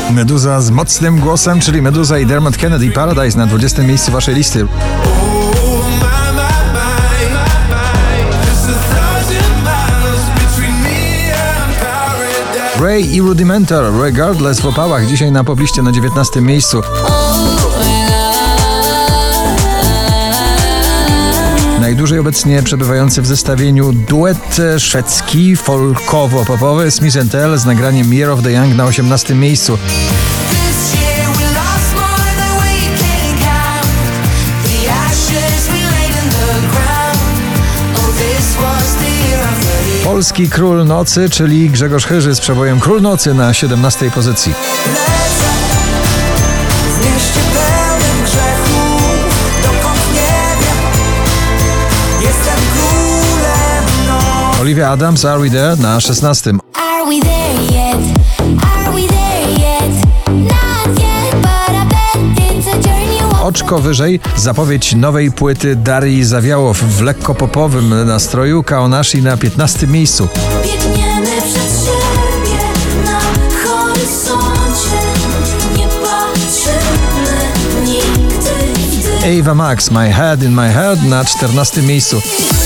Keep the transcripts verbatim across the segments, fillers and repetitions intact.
Meduza z mocnym głosem, czyli Meduza i Dermot Kennedy, Paradise na dwudziestym miejscu waszej listy. Ray i Rudimental, Regardless w opałach, dzisiaj na pobliście na dziewiętnastym miejscu. Najdłużej obecnie przebywający w zestawieniu duet szwedzki, folkowo-popowy Smith and Tell z nagraniem Year of the Young na osiemnastym miejscu. Polski Król Nocy, czyli Grzegorz Chyży z przebojem Król Nocy na siedemnastej pozycji. Olivia Adams, Are We There na szesnastym. Oczko wyżej zapowiedź nowej płyty Darii Zawiałow w lekko popowym nastroju, Kaonashi na piętnastym miejscu. Biegniemy przed siebie na horyzoncie, nie patrzymy nigdy w dym. Ava Max, My Head in My Head na czternastym miejscu.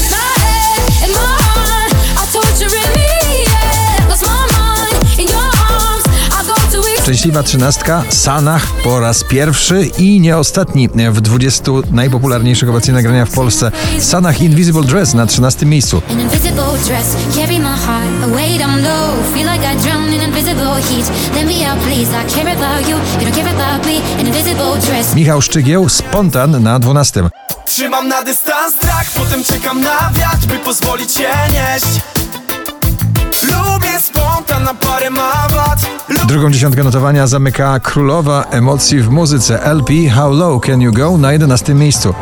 Szczęśliwa trzynastka, Sanach po raz pierwszy i nie ostatni w dwudziestu najpopularniejszych obecnie nagrania w Polsce. Sanach Invisible Dress na trzynastym miejscu. Michał Szczygieł, Spontan na dwunastym. Trzymam na dystans strach, potem czekam na wiatr, by pozwolić się nieść. Lubię spontan, na parę ma wad. Drugą dziesiątkę notowania zamyka królowa emocji w muzyce L P How Low Can You Go na jedenastym miejscu.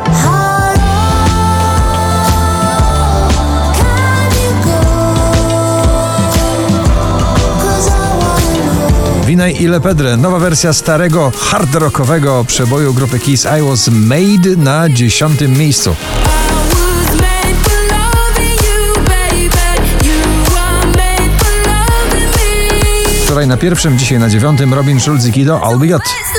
Vinay i Lepedre, nowa wersja starego hard rockowego przeboju grupy Kiss I Was Made na dziesiątym miejscu. Wczoraj na pierwszym, dzisiaj na dziewiątym Robin Schulz i Kido, All We Got.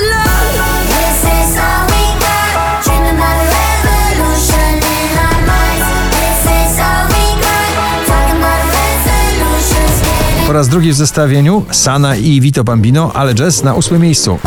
Po raz drugi w zestawieniu Sana i Vito Bambino, Ale Jazz na ósmym miejscu.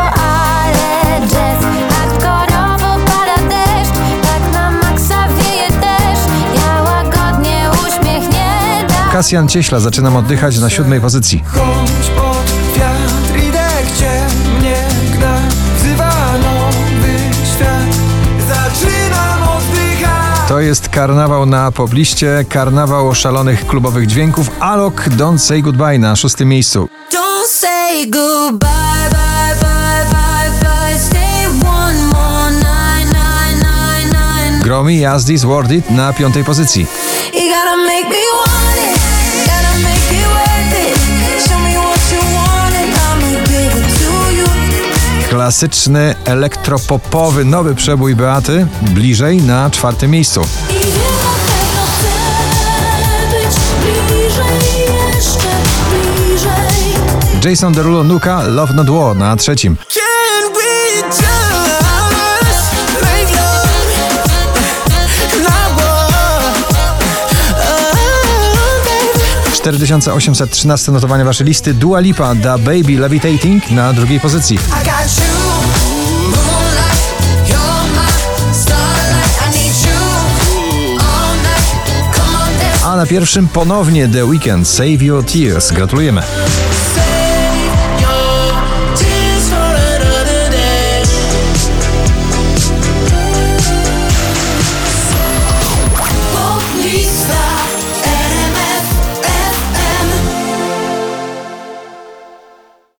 Kasjan Cieśla, Zaczynam oddychać na siódmej pozycji. Chodź pod wiatr i dech cię mnie gna, wzywa nowy świat, zaczynam oddychać. To jest karnawał na pobliście, karnawał szalonych klubowych dźwięków. Alok, Don't Say Goodbye na szóstym miejscu. Don't say goodbye, bye, bye, bye, bye. Stay one more night, night, night, night. Gromi, Yazdi's Worth It na piątej pozycji. You gotta make me want it, gotta make it worth it. Show me what you want and I'ma give it to you. Klasyczny, elektropopowy, nowy przebój Beaty, Bliżej na czwartym miejscu. I wiem, na pewno chcę być bliżej, jeszcze bliżej. Jason Derulo, Nuka, Love Not War na trzecim. Can we just make love? cztery tysiące osiemset trzynaście notowanie waszej listy. Dua Lipa, Da Baby Levitating na drugiej pozycji. I got you, moonlight, you're my starlight. I need you all night. Come on, dance. A na pierwszym ponownie The Weeknd, Save Your Tears. Gratulujemy. Say